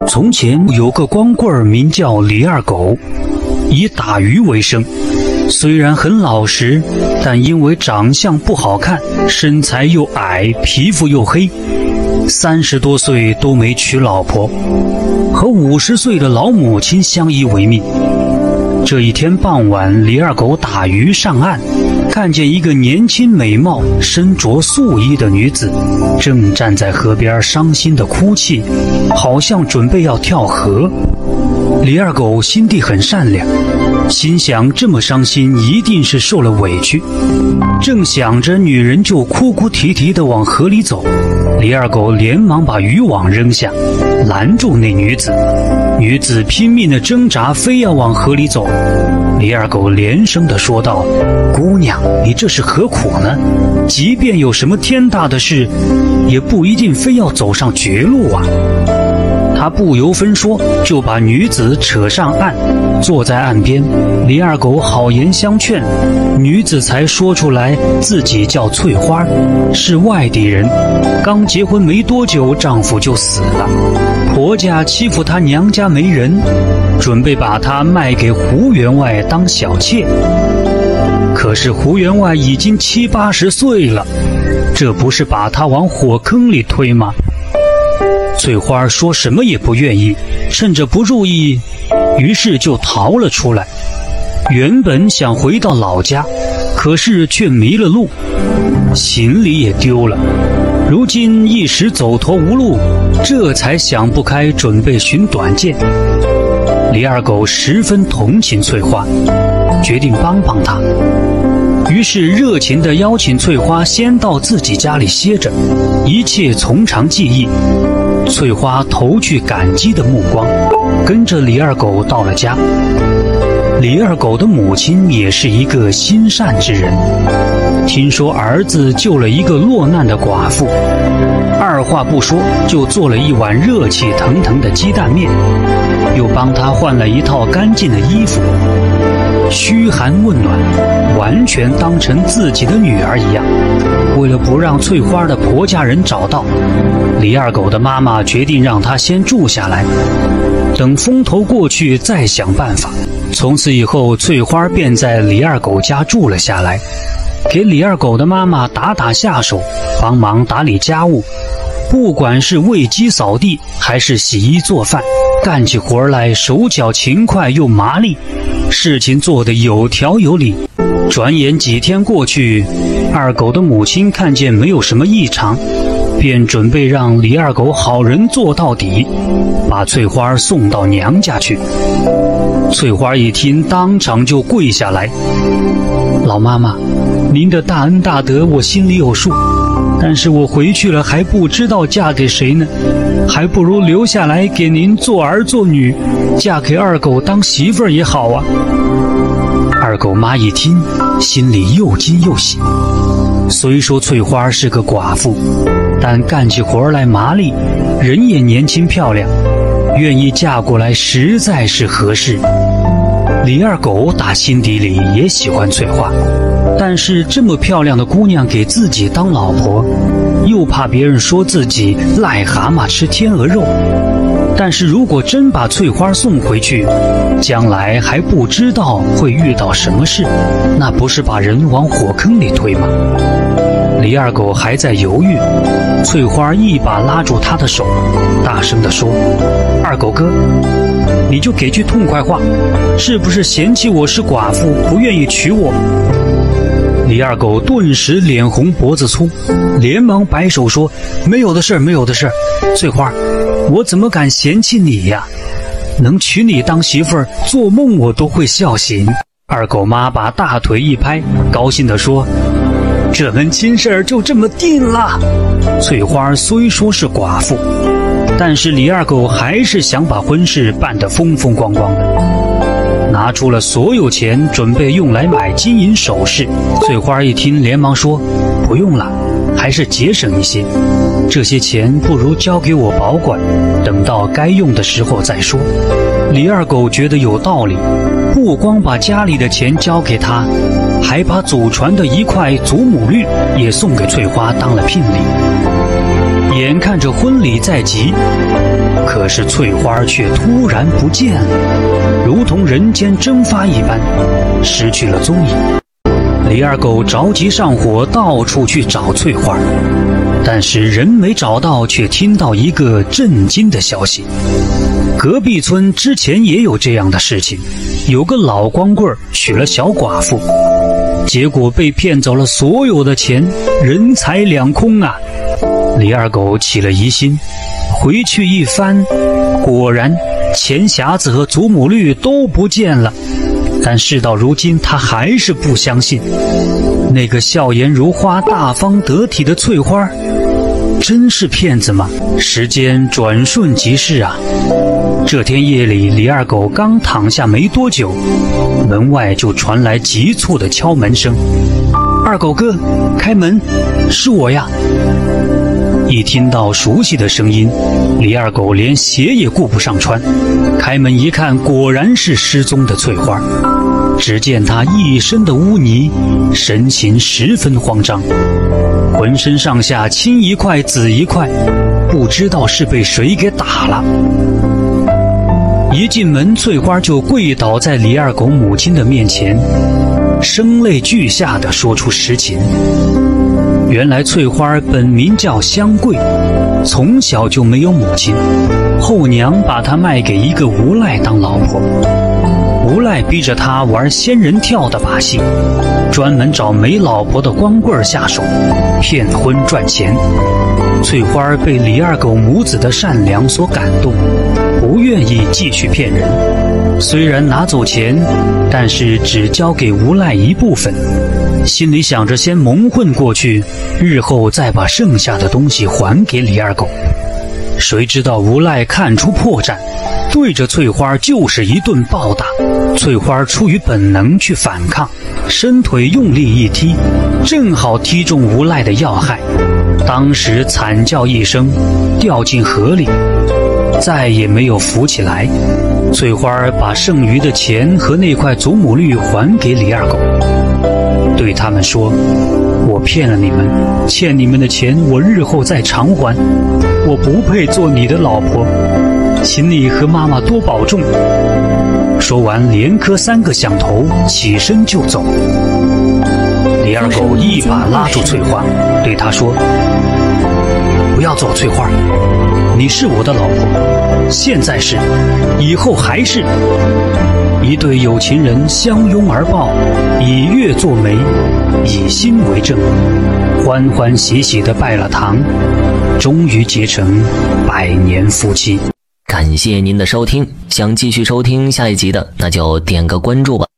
从前有个光棍名叫李二狗，以打鱼为生。虽然很老实，但因为长相不好看，身材又矮，皮肤又黑，30多岁都没娶老婆，和50岁的老母亲相依为命。这一天傍晚，李二狗打鱼上岸，看见一个年轻美貌、身着素衣的女子，正站在河边伤心地哭泣，好像准备要跳河。李二狗心地很善良，心想这么伤心一定是受了委屈。正想着，女人就哭哭啼啼地往河里走。李二狗连忙把渔网扔下，拦住那女子。女子拼命地挣扎，非要往河里走。李二狗连声地说道：“姑娘，你这是何苦呢？即便有什么天大的事，也不一定非要走上绝路啊。”他不由分说，就把女子扯上岸，坐在岸边。李二狗好言相劝，女子才说出来自己叫翠花，是外地人，刚结婚没多久，丈夫就死了，婆家欺负她娘家没人，准备把她卖给胡员外当小妾。可是胡员外已经70、80岁了，这不是把她往火坑里推吗？翠花说什么也不愿意，趁着不注意，于是就逃了出来。原本想回到老家，可是却迷了路，行李也丢了。如今一时走投无路，这才想不开，准备寻短见。李二狗十分同情翠花，决定帮帮她。于是热情地邀请翠花先到自己家里歇着，一切从长计议。翠花投去感激的目光，跟着李二狗到了家。李二狗的母亲也是一个心善之人，听说儿子救了一个落难的寡妇，二话不说就做了一碗热气腾腾的鸡蛋面，又帮她换了一套干净的衣服，嘘寒问暖，完全当成自己的女儿一样。为了不让翠花的婆家人找到，李二狗的妈妈决定让她先住下来，等风头过去再想办法。从此以后，翠花便在李二狗家住了下来，给李二狗的妈妈打打下手，帮忙打理家务，不管是喂鸡扫地还是洗衣做饭，干起活来手脚勤快又麻利，事情做得有条有理。转眼几天过去，二狗的母亲看见没有什么异常，便准备让李二狗好人做到底，把翠花送到娘家去。翠花一听，当场就跪下来：“老妈妈，您的大恩大德我心里有数，但是我回去了还不知道嫁给谁呢，还不如留下来给您做儿做女，嫁给二狗当媳妇儿也好啊。”二狗妈一听，心里又惊又喜。虽说翠花是个寡妇，但干起活来麻利，人也年轻漂亮，愿意嫁过来实在是合适。李二狗打心底里也喜欢翠花，但是这么漂亮的姑娘给自己当老婆，又怕别人说自己癞蛤蟆吃天鹅肉。但是如果真把翠花送回去，将来还不知道会遇到什么事，那不是把人往火坑里推吗？李二狗还在犹豫，翠花一把拉住他的手，大声地说：“二狗哥，你就给句痛快话，是不是嫌弃我是寡妇，不愿意娶我？”李二狗顿时脸红脖子粗，连忙摆手说：“没有的事儿，没有的事儿。翠花，我怎么敢嫌弃你呀？能娶你当媳妇儿，做梦我都会笑醒。”二狗妈把大腿一拍，高兴地说：“这门亲事儿就这么定了。”翠花虽说是寡妇，但是李二狗还是想把婚事办得风风光光的，拿出了所有钱，准备用来买金银首饰。翠花一听，连忙说：“不用了，还是节省一些，这些钱不如交给我保管，等到该用的时候再说。”李二狗觉得有道理，不光把家里的钱交给他，还把祖传的一块祖母绿也送给翠花当了聘礼。眼看着婚礼在即，可是翠花却突然不见了，如同人间蒸发一般，失去了踪影。李二狗着急上火，到处去找翠花，但是人没找到，却听到一个震惊的消息。隔壁村之前也有这样的事情，有个老光棍娶了小寡妇，结果被骗走了所有的钱，人财两空啊！李二狗起了疑心，回去一翻，果然钱匣子和祖母绿都不见了。但事到如今，他还是不相信，那个笑颜如花、大方得体的翠花，真是骗子吗？时间转瞬即逝啊！这天夜里，李二狗刚躺下没多久，门外就传来急促的敲门声。二狗哥，开门，是我呀！一听到熟悉的声音，李二狗连鞋也顾不上穿，开门一看，果然是失踪的翠花。只见她一身的污泥，神情十分慌张，浑身上下青一块紫一块，不知道是被谁给打了。一进门，翠花就跪倒在李二狗母亲的面前，声泪俱下地说出实情。原来翠花本名叫香桂，从小就没有母亲，后娘把她卖给一个无赖当老婆。无赖逼着她玩仙人跳的把戏，专门找没老婆的光棍下手，骗婚赚钱。翠花被李二狗母子的善良所感动，不愿意继续骗人。虽然拿走钱，但是只交给无赖一部分，心里想着先蒙混过去，日后再把剩下的东西还给李二狗。谁知道无赖看出破绽，对着翠花就是一顿暴打。翠花出于本能去反抗，伸腿用力一踢，正好踢中无赖的要害，当时惨叫一声，掉进河里，再也没有浮起来。翠花把剩余的钱和那块祖母绿还给李二狗，对他们说：我骗了你们，欠你们的钱我日后再偿还，我不配做你的老婆，请你和妈妈多保重。说完连磕3个响头，起身就走。李二狗一把拉住翠花，对她说：不要走，翠花，你是我的老婆，现在是，以后还是。一对有情人相拥而抱，以月作媒，以心为证，欢欢喜喜地拜了堂，终于结成100年夫妻。 感谢您的收听，想继续收听下一集的，那就点个关注吧。